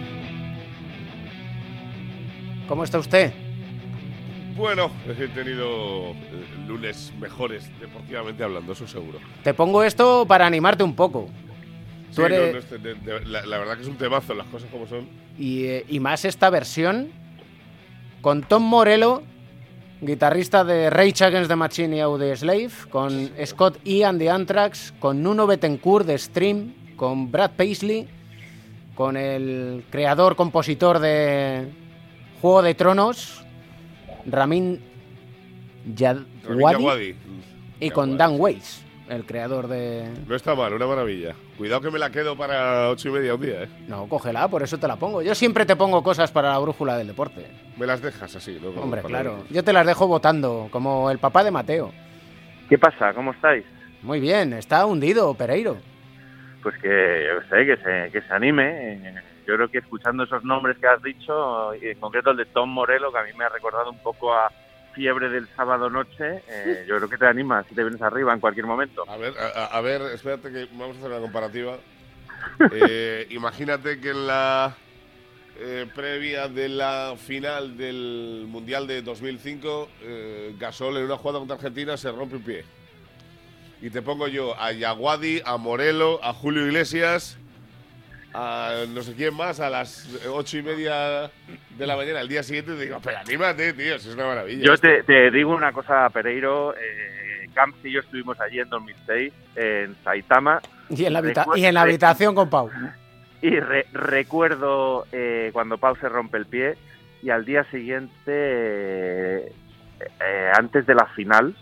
¿Cómo está usted? Bueno, he tenido lunes mejores, deportivamente hablando, eso seguro. Te pongo esto para animarte un poco. Sí, Tú eres... la verdad que es un temazo, las cosas como son. Y más esta versión con Tom Morello, guitarrista de Rage Against the Machine y Audioslave, con Scott Ian de Anthrax, con Nuno Bettencourt de Stream, con Brad Paisley, con el creador, compositor de Juego de Tronos, Ramin Djawadi, y con Dan Weiss, el creador de... No está mal, una maravilla. Cuidado que me la quedo para 8:30 un día, ¿eh? No, cógela, por eso te la pongo. Yo siempre te pongo cosas para la brújula del deporte. Me las dejas así, ¿no? Hombre, claro. Yo te las dejo votando, como el papá de Mateo. ¿Qué pasa? ¿Cómo estáis? Muy bien, está hundido, Pereiro. Pues que, yo sé, que se anime. Yo creo que escuchando esos nombres que has dicho, y en concreto el de Tom Morello, que a mí me ha recordado un poco a Fiebre del sábado noche, yo creo que te animas si te vienes arriba en cualquier momento. A ver, espérate que vamos a hacer una comparativa. Imagínate que en la previa de la final del Mundial de 2005, Gasol en una jugada contra Argentina se rompe un pie. Y te pongo yo a Djawadi, a Morello, a Julio Iglesias, a no sé quién más, a las 8:30 de la mañana, al día siguiente, te digo, pero anímate, tío, es una maravilla. Yo te digo una cosa, Pereiro, Camps y yo estuvimos allí en 2006, en Saitama. Y en la habitación con Pau. Y recuerdo cuando Pau se rompe el pie, y al día siguiente, antes de la final,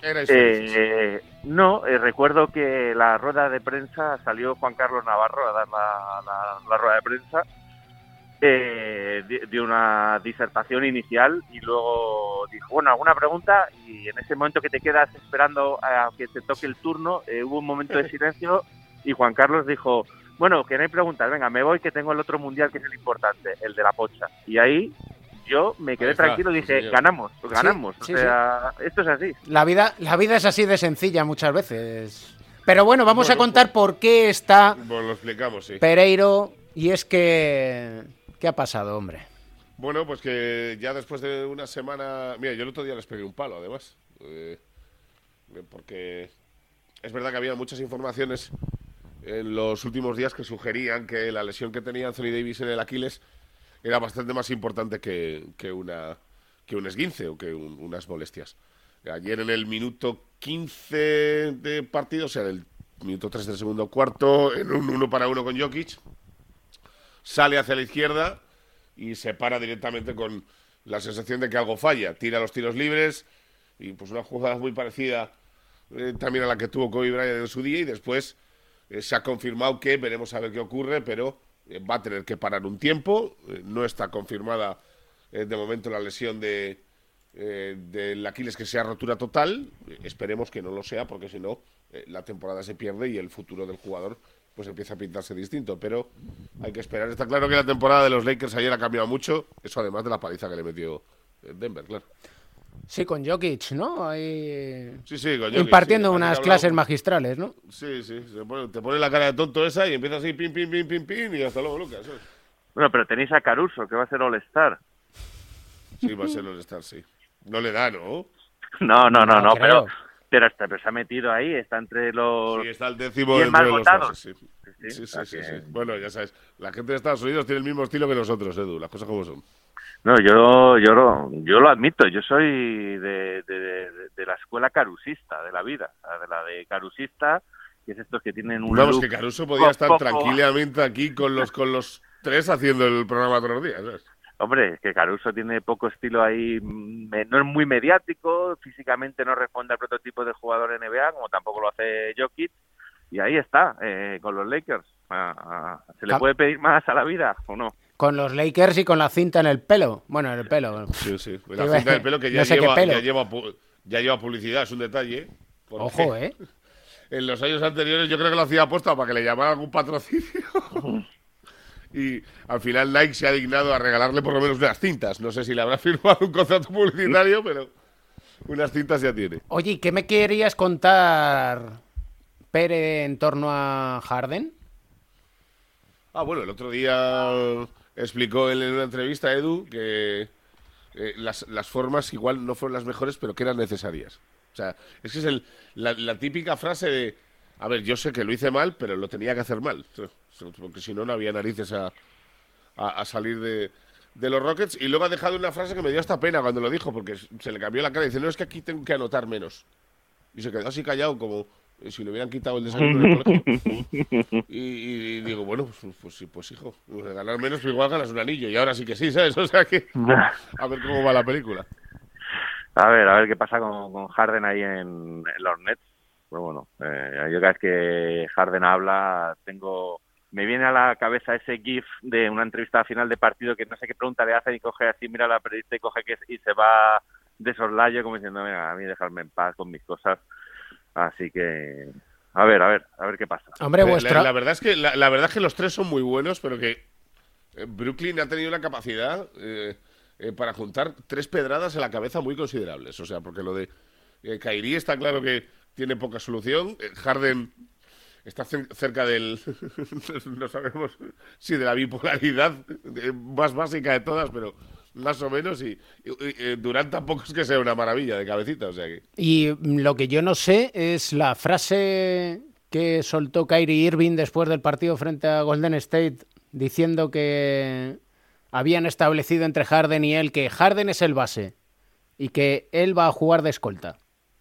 recuerdo que la rueda de prensa salió Juan Carlos Navarro a dar la rueda de prensa, de una disertación inicial, y luego dijo, bueno, ¿alguna pregunta? Y en ese momento que te quedas esperando a que te toque el turno, hubo un momento de silencio y Juan Carlos dijo, bueno, que no hay preguntas, venga, me voy que tengo el otro mundial que es el importante, el de la pocha. Y ahí yo me quedé tranquilo y dije, ganamos. Sí, o sea, esto es así. La vida es así de sencilla muchas veces. Pero bueno, vamos a contar por qué está Pues lo explicamos, sí. Pereiro. Y es que... ¿Qué ha pasado, hombre? Bueno, pues que ya después de una semana... Mira, yo el otro día les pegué un palo, además. Porque es verdad que había muchas informaciones en los últimos días que sugerían que la lesión que tenía Anthony Davis en el Aquiles era bastante más importante que un esguince o que unas molestias. Ayer en el minuto 15 de partido, o sea, en el minuto 3 del segundo cuarto, en un 1-1 con Jokic, sale hacia la izquierda y se para directamente con la sensación de que algo falla. Tira los tiros libres y pues una jugada muy parecida también a la que tuvo Kobe Bryant en su día, y después se ha confirmado que veremos a ver qué ocurre, pero va a tener que parar un tiempo. No está confirmada de momento la lesión del Aquiles que sea rotura total. Esperemos que no lo sea, porque si no la temporada se pierde y el futuro del jugador pues empieza a pintarse distinto, pero hay que esperar. Está claro que la temporada de los Lakers ayer ha cambiado mucho, eso además de la paliza que le metió Denver, claro. Sí, con Jokic, ¿no? Ahí... Sí, con Jokic. Impartiendo unas clases magistrales, ¿no? Sí, te pone la cara de tonto esa y empieza así, pin, y hasta luego, Lucas. ¿Sabes? Bueno, pero tenéis a Caruso, que va a ser All-Star. Sí, va a ser All-Star, sí. No le da, ¿no? No, pero se ha metido ahí, está entre los... Sí, está el 10º de los votados. Sí. Bueno, ya sabes, la gente de Estados Unidos tiene el mismo estilo que nosotros, Edu, las cosas como son. No, yo lo admito, yo soy de la escuela carusista de la vida, de la de carusista, que es estos que tienen un Vamos, look que Caruso podía estar tranquilamente aquí con los tres haciendo el programa todos los días, ¿sabes? Hombre, es que Caruso tiene poco estilo ahí, no es muy mediático, físicamente no responde al prototipo de jugador NBA, como tampoco lo hace Jokic, y ahí está, con los Lakers. ¿Se le puede pedir más a la vida o no? Con los Lakers y con la cinta en el pelo. Bueno, en el pelo. Sí. La cinta en el pelo que ya, ya lleva publicidad, es un detalle. Ojo, En los años anteriores yo creo que lo hacía aposta para que le llamara algún patrocinio. Y al final Nike se ha dignado a regalarle por lo menos unas cintas. No sé si le habrá firmado un contrato publicitario, pero unas cintas ya tiene. Oye, ¿y qué me querías contar, Pere, en torno a Harden? Bueno, el otro día explicó él en una entrevista, Edu, que las formas igual no fueron las mejores, pero que eran necesarias. O sea, es que es la típica frase de, a ver, yo sé que lo hice mal, pero lo tenía que hacer mal. Porque si no, no había narices a salir de los Rockets. Y luego ha dejado una frase que me dio hasta pena cuando lo dijo, porque se le cambió la cara y dice, no, es que aquí tengo que anotar menos. Y se quedó así callado como si le hubieran quitado el desayuno del colegio. Y digo, bueno, pues hijo, ganar menos, pero igual ganas un anillo. Y ahora sí que sí, ¿sabes? O sea que a ver cómo va la película. A ver qué pasa con Harden ahí en los Nets. Pues bueno, yo cada vez que Harden habla, me viene a la cabeza ese gif de una entrevista final de partido que no sé qué pregunta le hacen y coge así, mira a la periodista y coge y se va de soslayo como diciendo, venga, a mí dejarme en paz con mis cosas. Así que a ver qué pasa. Hombre, la verdad es que los tres son muy buenos, pero que Brooklyn ha tenido una capacidad para juntar tres pedradas en la cabeza muy considerables. O sea, porque lo de Kyrie está claro que tiene poca solución. Harden está cerca del no sabemos si de la bipolaridad más básica de todas, pero más o menos, y Durant tampoco es que sea una maravilla de cabecita, o sea que... Y lo que yo no sé es la frase que soltó Kyrie Irving después del partido frente a Golden State, diciendo que habían establecido entre Harden y él que Harden es el base y que él va a jugar de escolta,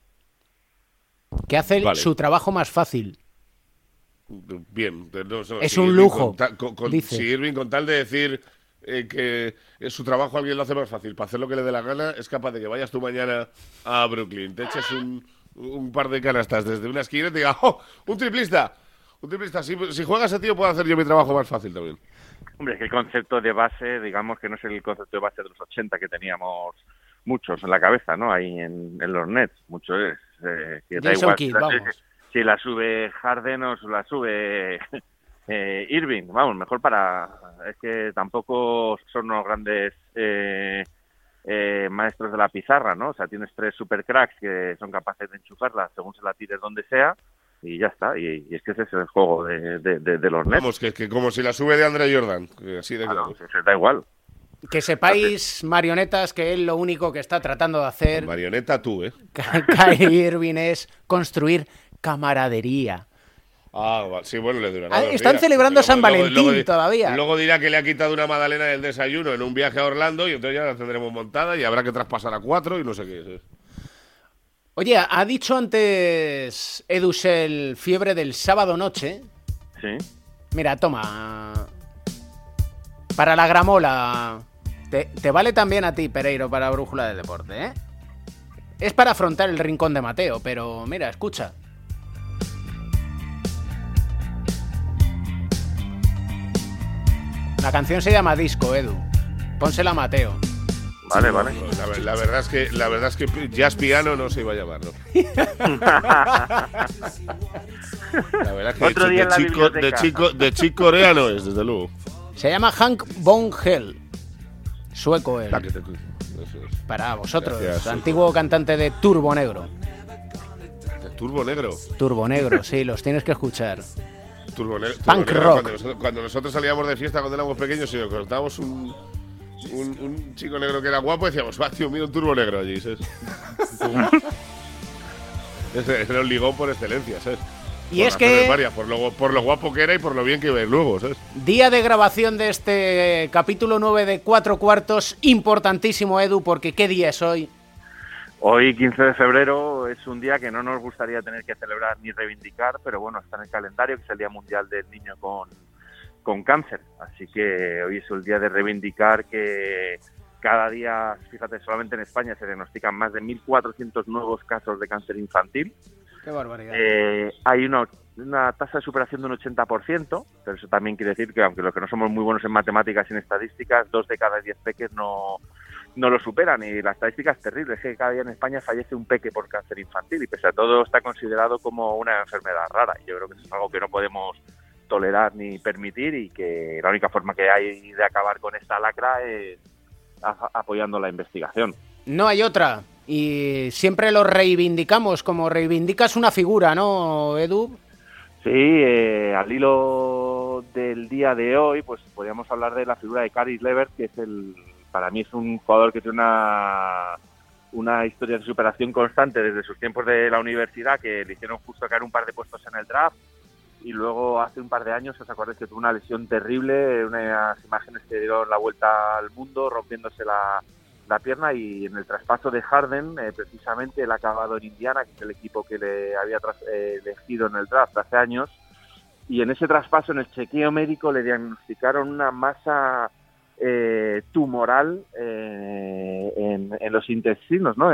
que hace su trabajo más fácil. Bien, no, es un lujo. Si Irving, con tal de decir que su trabajo alguien lo hace más fácil para hacer lo que le dé la gana, es capaz de que vayas tú mañana a Brooklyn, te eches un par de canastas desde una esquina y te diga, ¡oh! ¡Un triplista! Si juegas a tío, puedo hacer yo mi trabajo más fácil también. Hombre, es que el concepto de base, digamos que no es el concepto de base de los 80 que teníamos muchos en la cabeza, ¿no? Ahí en los Nets, mucho es que da igual si la sube Harden o la sube Irving, vamos, mejor es que tampoco son unos grandes maestros de la pizarra, ¿no? O sea, tienes tres super cracks que son capaces de enchufarla según se la tires donde sea y ya está, y es que ese es el juego de los Nets. Vamos, que como si la sube de Andre Jordan, así de claro. Da igual. Que sepáis, marionetas, que él lo único que está tratando de hacer... Marioneta tú, Kyrie Irving es construir camaradería. Sí, bueno, le durará. Están celebrando San Valentín todavía. Luego dirá que le ha quitado una magdalena del desayuno en un viaje a Orlando y entonces ya la tendremos montada y habrá que traspasar a 4 y no sé qué. Oye, ha dicho antes Edusel fiebre del sábado noche. Sí. Mira, toma. Para la gramola. Te vale también a ti, Pereiro, para Brújula del Deporte, ¿eh? Es para afrontar el rincón de Mateo, pero mira, escucha. La canción se llama Disco, Edu. Pónsela a Mateo. Vale, vale. La verdad es que Jazz Piano no se iba a llamar, ¿no? La verdad es que Otro día en la biblioteca. de chico coreano es, desde luego. Se llama Hank Von Hell. Sueco él. Para vosotros, Gracias, antiguo cantante de Turbo Negro. ¿De Turbo Negro? Turbo Negro, sí, los tienes que escuchar. Turbo Punk rock. Cuando nosotros salíamos de fiesta cuando éramos pequeños y nos contábamos un chico negro que era guapo, decíamos, va, tío, mira un Turbo Negro allí, ¿sabes? Era un ligón por excelencia, ¿sabes? Y es que varias, por lo guapo que era y por lo bien que iba luego, ¿sabes? Día de grabación de este capítulo 9 de 4 cuartos, importantísimo, Edu, porque ¿qué día es hoy? Hoy, 15 de febrero, es un día que no nos gustaría tener que celebrar ni reivindicar, pero bueno, está en el calendario, que es el Día Mundial del Niño con Cáncer. Así que hoy es el día de reivindicar que cada día, fíjate, solamente en España se diagnostican más de 1.400 nuevos casos de cáncer infantil. ¡Qué barbaridad! Hay una tasa de superación de un 80%, pero eso también quiere decir que, aunque los que no somos muy buenos en matemáticas y en estadísticas, 2 de cada 10 peques no lo superan, y la estadística es terrible. Es que cada día en España fallece un peque por cáncer infantil, y pese a todo está considerado como una enfermedad rara. Yo creo que eso es algo que no podemos tolerar ni permitir, y que la única forma que hay de acabar con esta lacra es apoyando la investigación. No hay otra, y siempre lo reivindicamos, como reivindicas una figura, ¿no, Edu? Sí, al hilo del día de hoy, pues podríamos hablar de la figura de Caris LeVert, que es para mí es un jugador que tiene una historia de superación constante desde sus tiempos de la universidad, que le hicieron justo caer un par de puestos en el draft, y luego hace un par de años, ¿os acordáis que tuvo una lesión terrible? Unas imágenes que dieron la vuelta al mundo, rompiéndose la pierna, y en el traspaso de Harden, precisamente él ha acabado en Indiana, que es el equipo que le había elegido en el draft hace años, y en ese traspaso, en el chequeo médico, le diagnosticaron una masa tumoral en los intestinos, ¿no?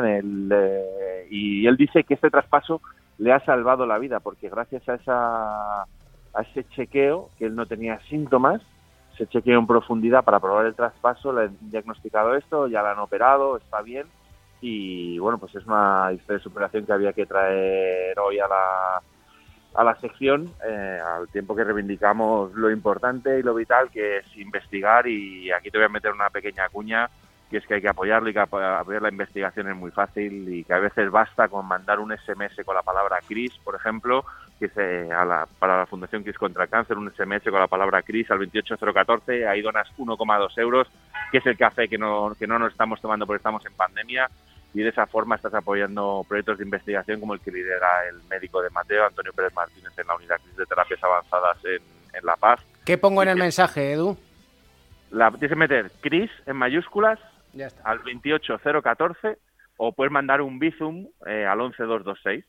Y él dice que este traspaso le ha salvado la vida, porque gracias a ese chequeo, que él no tenía síntomas, se chequeó en profundidad para probar el traspaso, le han diagnosticado esto, ya la han operado, está bien, y bueno, pues es una historia de superación que había que traer hoy a la sección, al tiempo que reivindicamos lo importante y lo vital que es investigar. Y aquí te voy a meter una pequeña cuña, que es que hay que apoyarlo, y que apoyar la investigación es muy fácil, y que a veces basta con mandar un SMS con la palabra CRIS, por ejemplo, que para la Fundación CRIS contra el Cáncer, un SMS con la palabra CRIS al 28014, ahí donas 1,2 euros, que es el café que no nos estamos tomando porque estamos en pandemia, y de esa forma estás apoyando proyectos de investigación como el que lidera el médico de Mateo, Antonio Pérez Martínez, en la Unidad CRIS de Terapias Avanzadas en La Paz. ¿Qué pongo en el mensaje, Edu? Tienes que meter CRIS en mayúsculas al 28014, o puedes mandar un Bizum al 11226.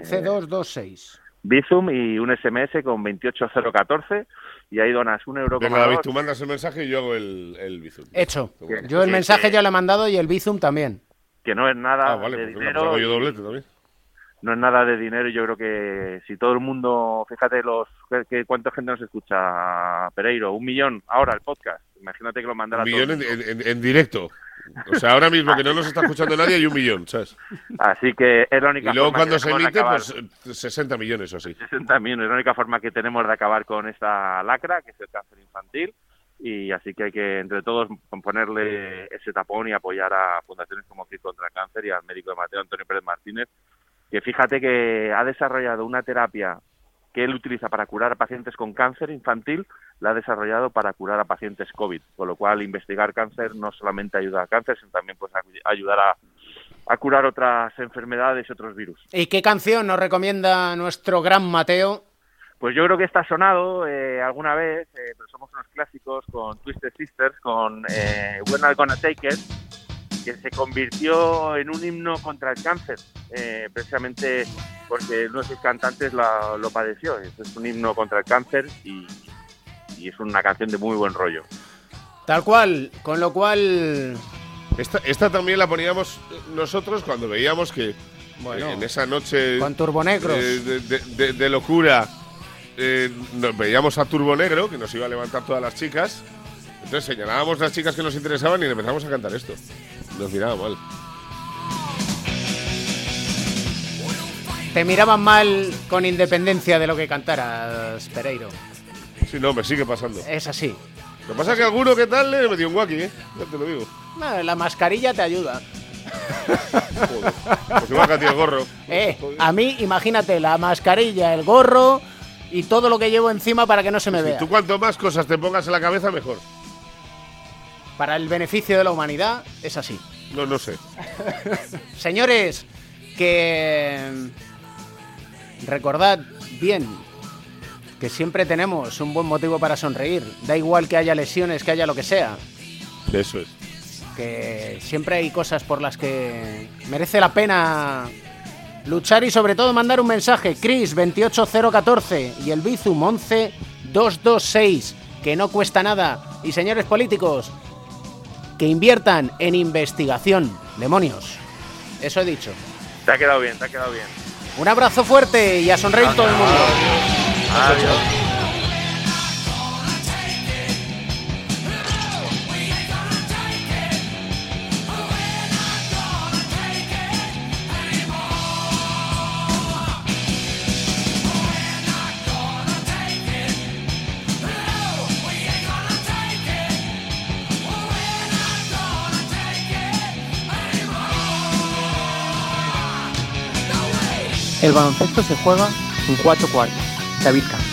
11226. Bizum y un SMS con 28014, y ahí donas €1. Venga, David, tú mandas el mensaje y yo hago el Bizum. Hecho. Yo el mensaje ya lo he mandado, y el Bizum también. Que no es nada vale, de pues dinero. hago yo doblete también. No es nada de dinero, y yo creo que si todo el mundo, fíjate cuánta gente nos escucha, Pereiro, 1 millón ahora el podcast, imagínate que lo mandara 1 millón en directo. O sea, ahora mismo que no nos está escuchando nadie, hay 1 millón, ¿sabes? Así que es la única forma. Y luego cuando que se emite, pues 60 millones o así. 60 millones, es la única forma que tenemos de acabar con esta lacra, que es el cáncer infantil. Y así que hay que, entre todos, ponerle ese tapón y apoyar a fundaciones como CRIS contra el Cáncer y al médico de Mateo, Antonio Pérez Martínez, que fíjate que ha desarrollado una terapia que él utiliza para curar a pacientes con cáncer infantil, la ha desarrollado para curar a pacientes COVID, con lo cual investigar cáncer no solamente ayuda al cáncer, sino también pues ayudar a curar otras enfermedades y otros virus. ¿Y qué canción nos recomienda nuestro gran Mateo? Pues yo creo que está sonado alguna vez, pero somos unos clásicos con Twisted Sisters, con We're Not Gonna Take It, que se convirtió en un himno contra el cáncer, precisamente porque uno de sus cantantes lo padeció. Es un himno contra el cáncer y es una canción de muy buen rollo. Tal cual, con lo cual... Esta también la poníamos nosotros cuando veíamos que en esa noche con Turbonegros de locura nos veíamos a Turbonegro, que nos iba a levantar todas las chicas. Entonces señalábamos las chicas que nos interesaban y empezamos a cantar esto. Nos miraba mal. Te miraban mal con independencia de lo que cantaras, Pereiro. Sí, no, me sigue pasando. Es así. Lo que pasa es que alguno que tal le metió un guaki, ya te lo digo. La mascarilla te ayuda. Joder. Pues igual que a ti el gorro. A mí, imagínate, la mascarilla, el gorro y todo lo que llevo encima para que no se me vea. Tú cuanto más cosas te pongas en la cabeza, mejor. Para el beneficio de la humanidad, es así. No sé. Señores, que recordad bien que siempre tenemos un buen motivo para sonreír. Da igual que haya lesiones, que haya lo que sea. Eso es. Que siempre hay cosas por las que merece la pena luchar y sobre todo mandar un mensaje. Chris 28014 y el Bizum 11226, que no cuesta nada. Y señores políticos, que inviertan en investigación. Demonios. Eso he dicho. Te ha quedado bien, te ha quedado bien. Un abrazo fuerte y a sonreír todo el mundo. Adiós. El baloncesto se juega en 4 cuartos. David Camp.